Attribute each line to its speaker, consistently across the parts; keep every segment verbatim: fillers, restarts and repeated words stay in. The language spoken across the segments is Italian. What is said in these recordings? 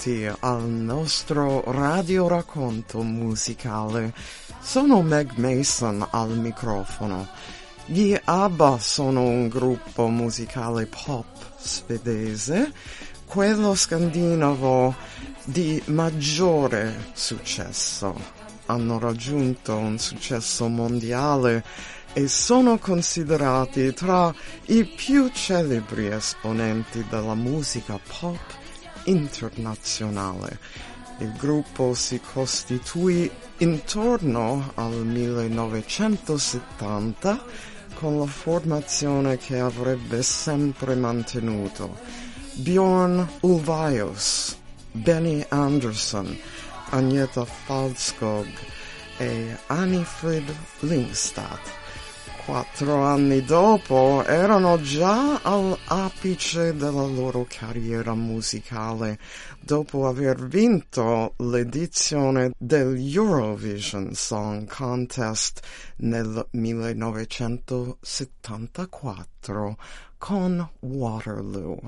Speaker 1: benvenuti al nostro radioracconto musicale. Sono Meg Mason al microfono. Gli ABBA sono un gruppo musicale pop svedese, quello scandinavo di maggiore successo. Hanno raggiunto un successo mondiale e sono considerati tra i più celebri esponenti della musica pop internazionale. Il gruppo si costituì intorno al millenovecentosettanta con la formazione che avrebbe sempre mantenuto Björn Ulvaeus, Benny Andersson, Agneta Fältskog e Anni-Frid Lyngstad. Quattro anni dopo erano già all'apice della loro carriera musicale, dopo aver vinto l'edizione dell'Eurovision Song Contest nel millenovecentosettantaquattro con Waterloo.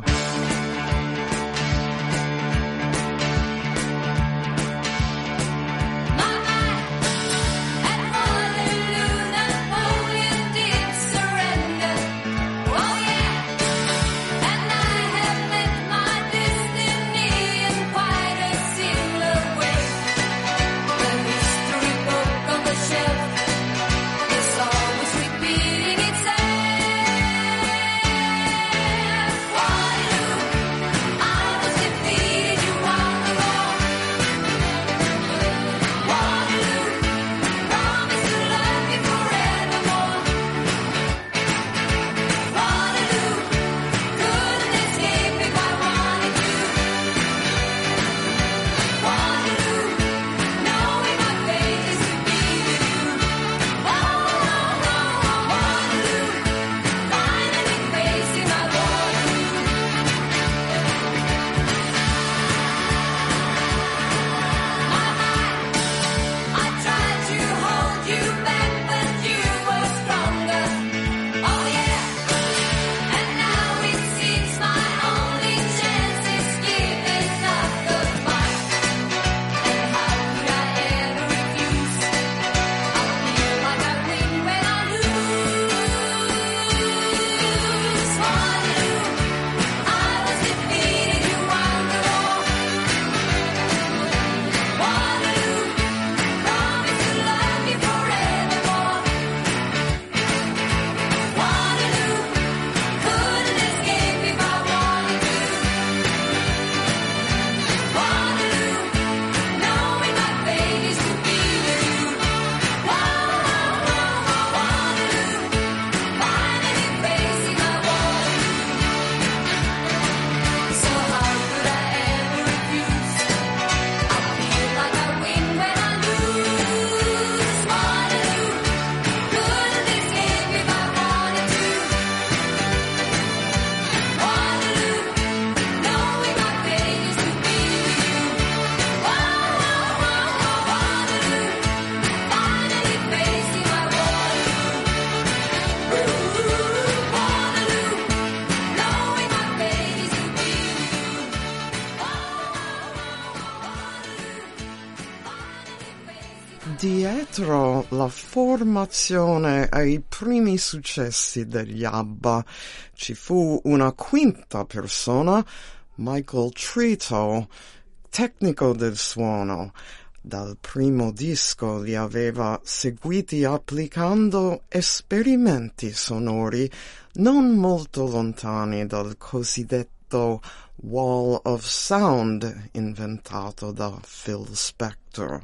Speaker 1: Dietro la formazione ai primi successi degli ABBA ci fu una quinta persona, Michael Trito, tecnico del suono. Dal primo disco li aveva seguiti applicando esperimenti sonori non molto lontani dal cosiddetto Wall of Sound inventato da Phil Spector.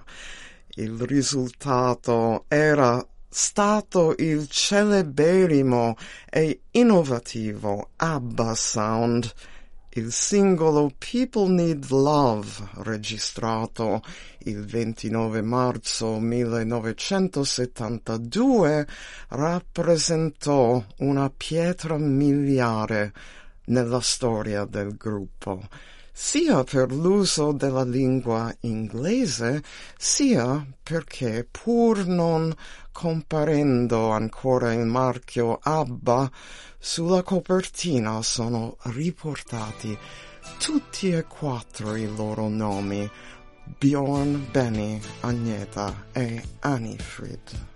Speaker 1: Il risultato era stato il celeberrimo e innovativo ABBA Sound. Il singolo People Need Love, registrato il ventinove marzo millenovecentosettantadue, rappresentò una pietra miliare nella storia del gruppo, sia per l'uso della lingua inglese, sia perché, pur non comparendo ancora il marchio ABBA, sulla copertina sono riportati tutti e quattro i loro nomi, Bjorn, Benny, Agneta e Anifrid.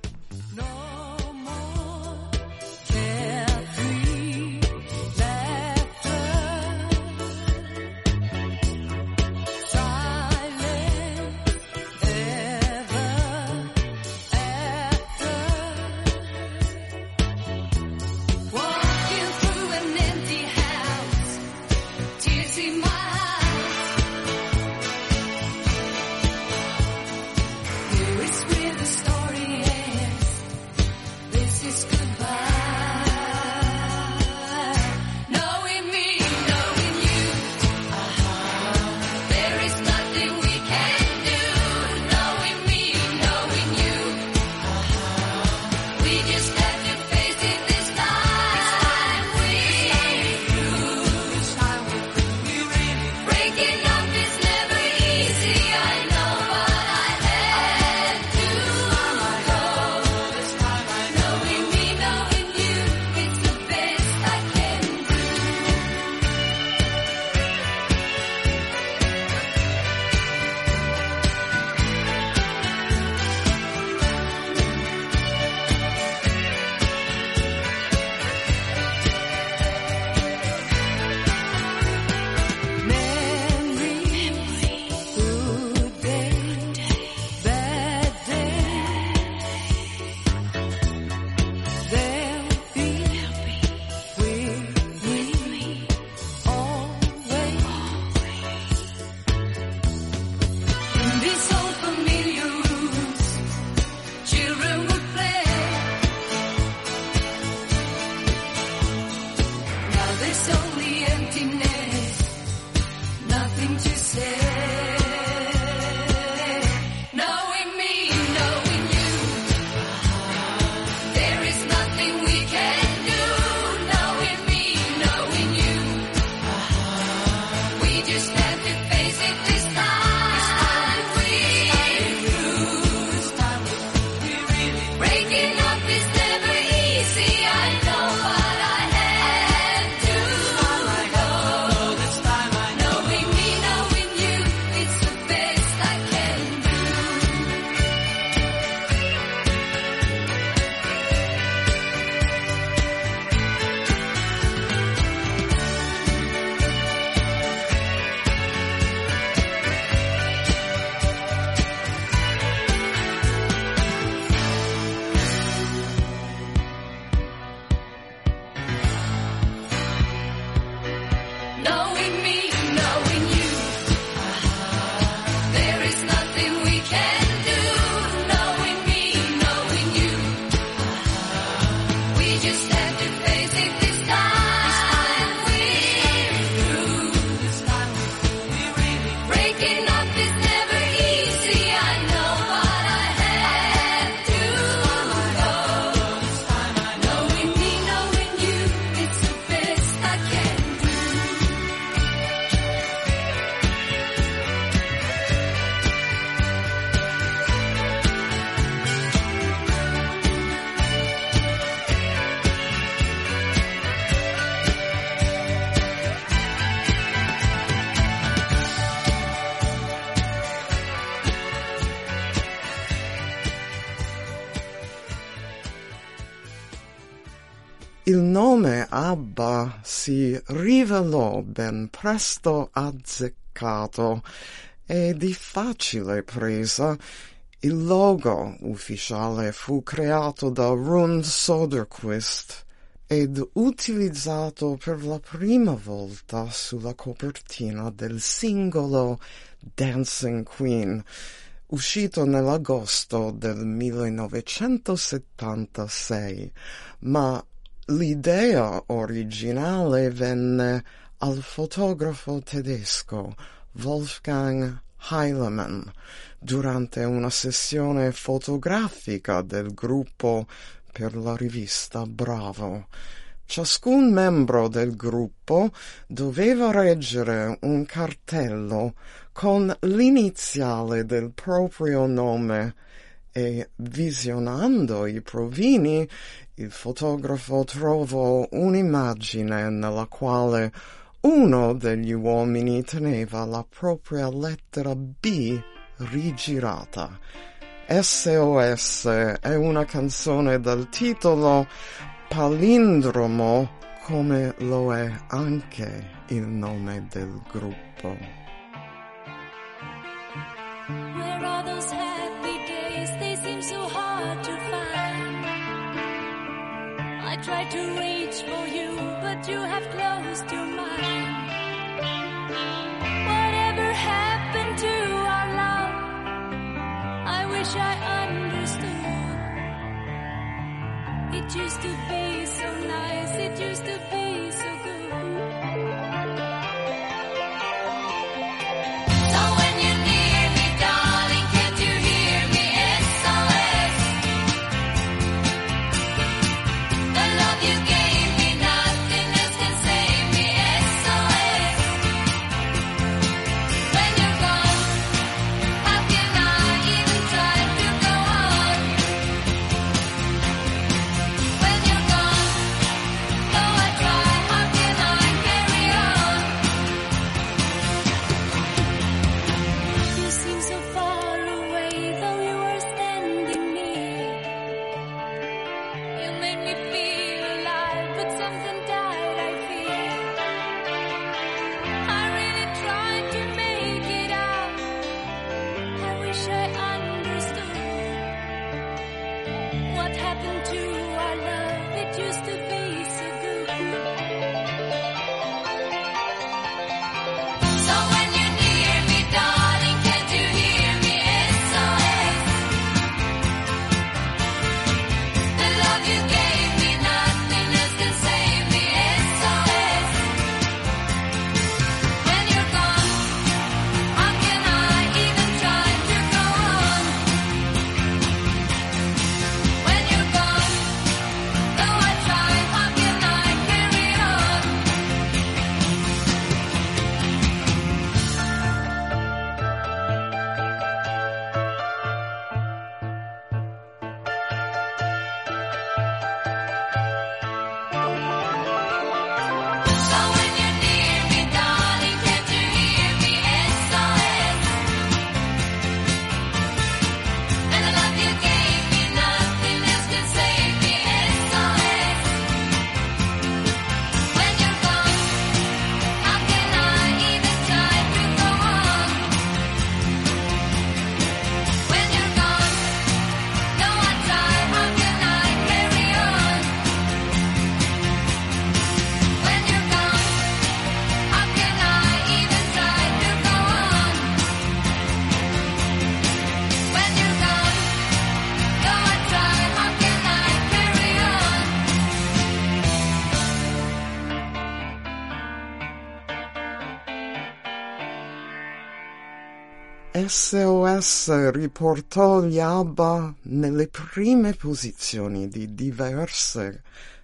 Speaker 1: Il nome ABBA si rivelò ben presto azzeccato e di facile presa. Il logo ufficiale fu creato da Rune Soderquist ed utilizzato per la prima volta sulla copertina del singolo Dancing Queen, uscito nell'agosto del millenovecentosettantasei, ma l'idea originale venne al fotografo tedesco Wolfgang Heilemann durante una sessione fotografica del gruppo per la rivista Bravo. Ciascun membro del gruppo doveva reggere un cartello con l'iniziale del proprio nome e, visionando i provini, il fotografo trovò un'immagine nella quale Uno degli uomini teneva la propria lettera B rigirata. S O S è una canzone dal titolo palindromo, come lo è anche il nome del gruppo.
Speaker 2: Where are those happy days? They seem so hard to find. I tried to reach for you, but you have closed your mind. Whatever happened to our love? I wish I understood. It used to be so nice, it used to be so good.
Speaker 1: S O S riportò gli ABBA nelle prime posizioni di diverse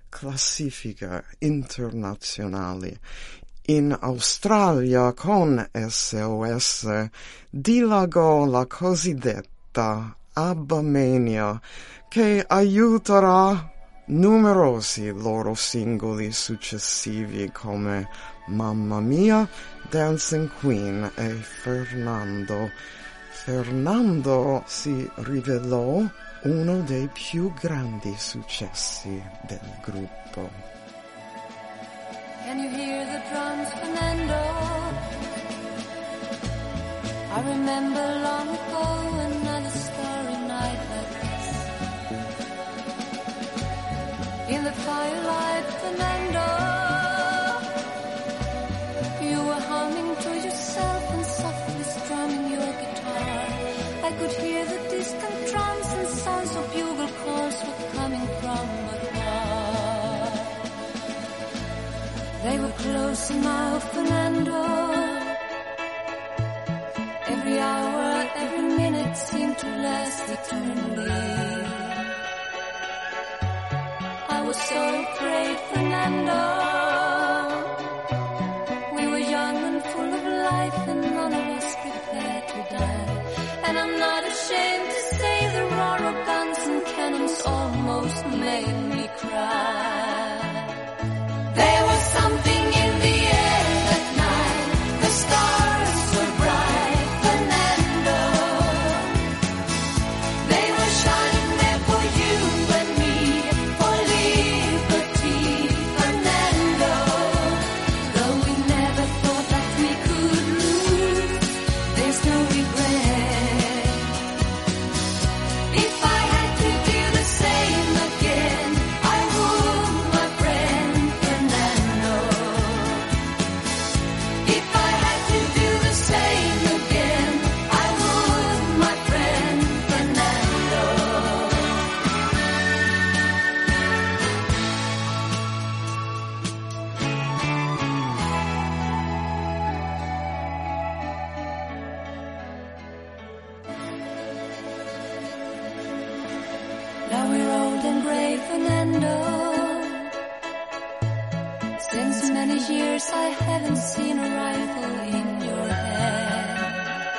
Speaker 1: classifiche internazionali. In Australia con S O S dilagò la cosiddetta ABBA-mania, che aiuterà numerosi loro singoli successivi come Mamma Mia, Dancing Queen e Fernando. Fernando si rivelò uno dei più grandi successi del gruppo.
Speaker 2: Can you hear the drums, Fernando? I remember long ago another starry night like this. In the firelight, Fernando, you were humming to yourself and softly strumming your guitar. I could hear the distant drums and sounds of bugle calls were coming from afar. They were closer now, Fernando. Every hour, every minute seemed to last eternally. I was so afraid, Fernando. We were young and full of life, and none of us prepared to die. And I'm not ashamed to say the roar of guns and cannons almost made me cry. There was something in the air that I haven't seen a rifle in your hand.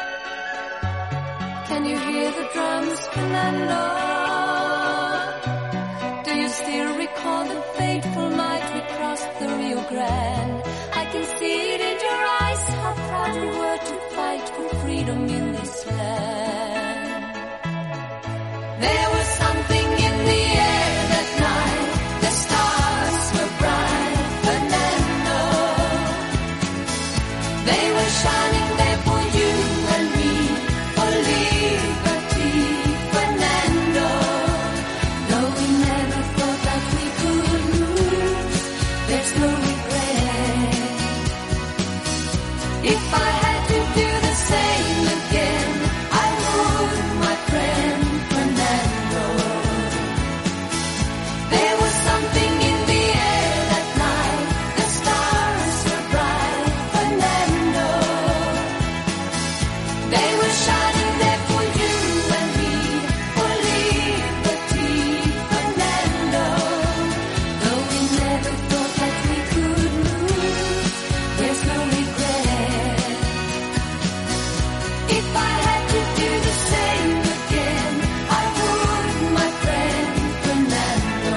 Speaker 2: Can you hear the drums, Fernando? Do you still recall the fateful night we crossed the Rio Grande? I can see it in your eyes, how proud you were to fight for freedom in this land. There was something in the air that night, the stars were bright, Fernando. They were shining there for you and me, for liberty, Fernando. Though we never thought that we could lose, there's no regret. If I had to do the same again, I would, my friend Fernando. There was something in the air that night, the stars were bright, Fernando. They were shining there for you and me, for liberty, Fernando. Though we never thought that we could lose, there's no regret. If I had to do the same again, I would, my friend Fernando.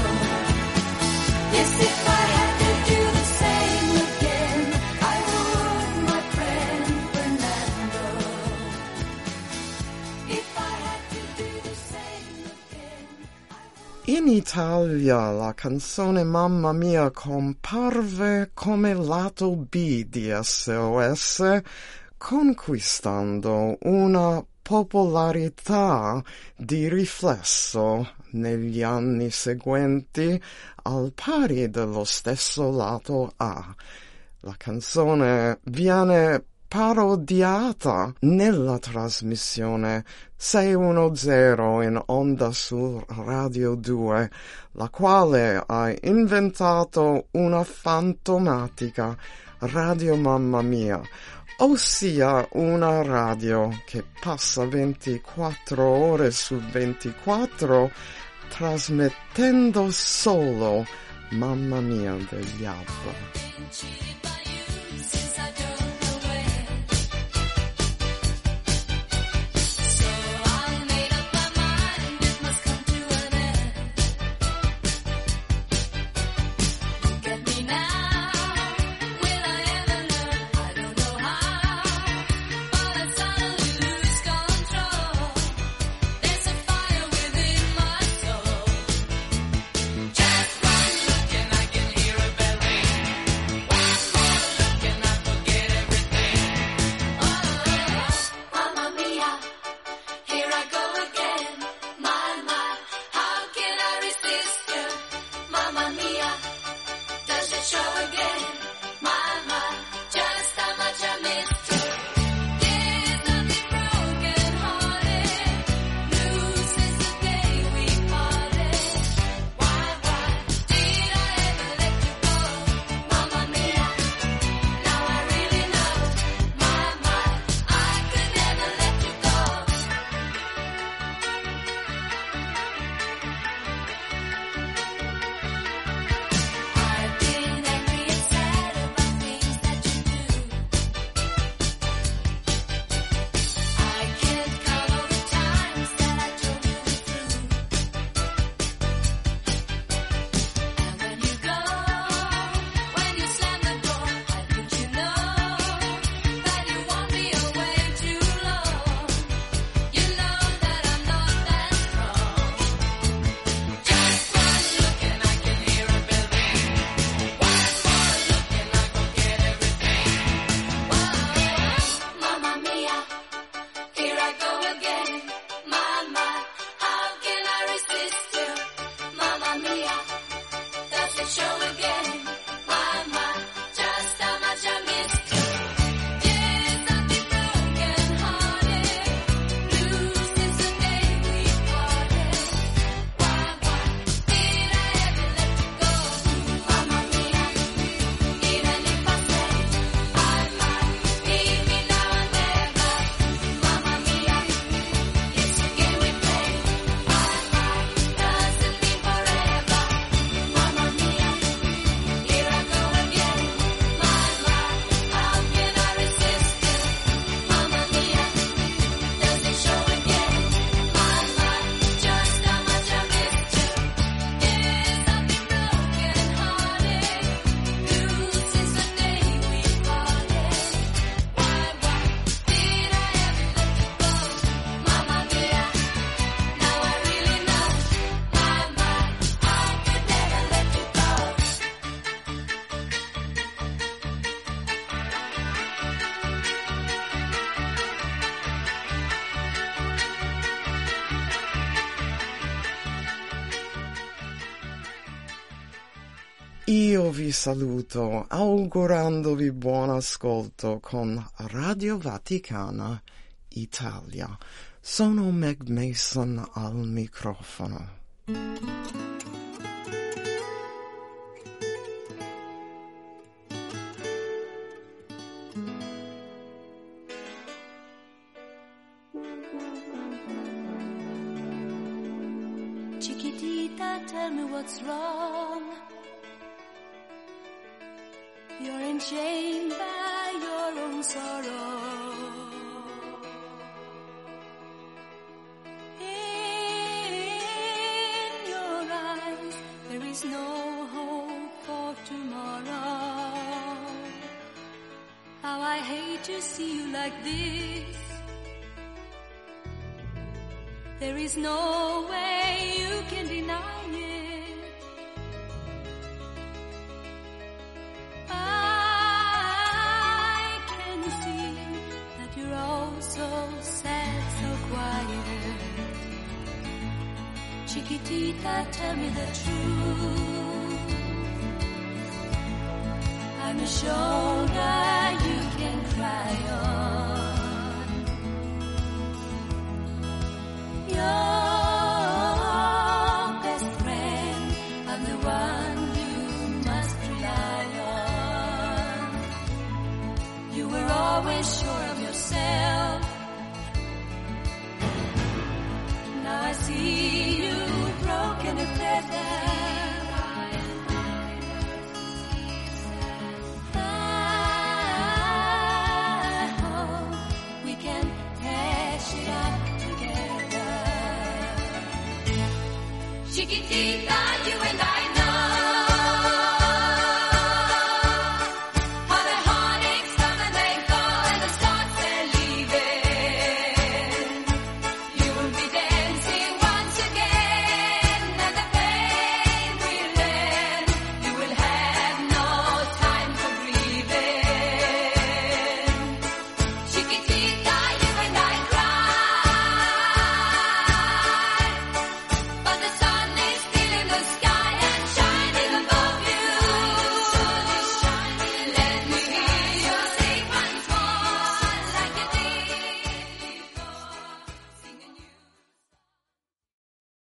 Speaker 2: Yes, if I had to do the same again, I would, my friend Fernando. If I had to do the same again, I would.
Speaker 1: In Italia la canzone Mamma Mia comparve come lato B di S O S, conquistando una popolarità di riflesso negli anni seguenti al pari dello stesso lato A. La canzone viene parodiata nella trasmissione seicentodicano in onda su Radio due, la quale ha inventato una fantomatica Radio Mamma Mia, ossia una radio che passa ventiquattro ore su ventiquattro trasmettendo solo Mamma Mia degli ABBA. Io vi saluto augurandovi buon ascolto con Radio Vaticana Italia. Sono Meg Mason al microfono.
Speaker 2: Chiquitita, tell me what's wrong. You're enchained by your own sorrow. In your eyes, there is no hope for tomorrow. How I hate to see you like this. There is no way you can deny it. I can see that you're all so sad, so quiet. Chiquitita, tell me the truth. I'm a shoulder you can cry on. Your best friend, I'm the one you must rely on. You were always sure of yourself. Now I see you broken and feathered. I hope we can hash it out. Chiquitita, you and I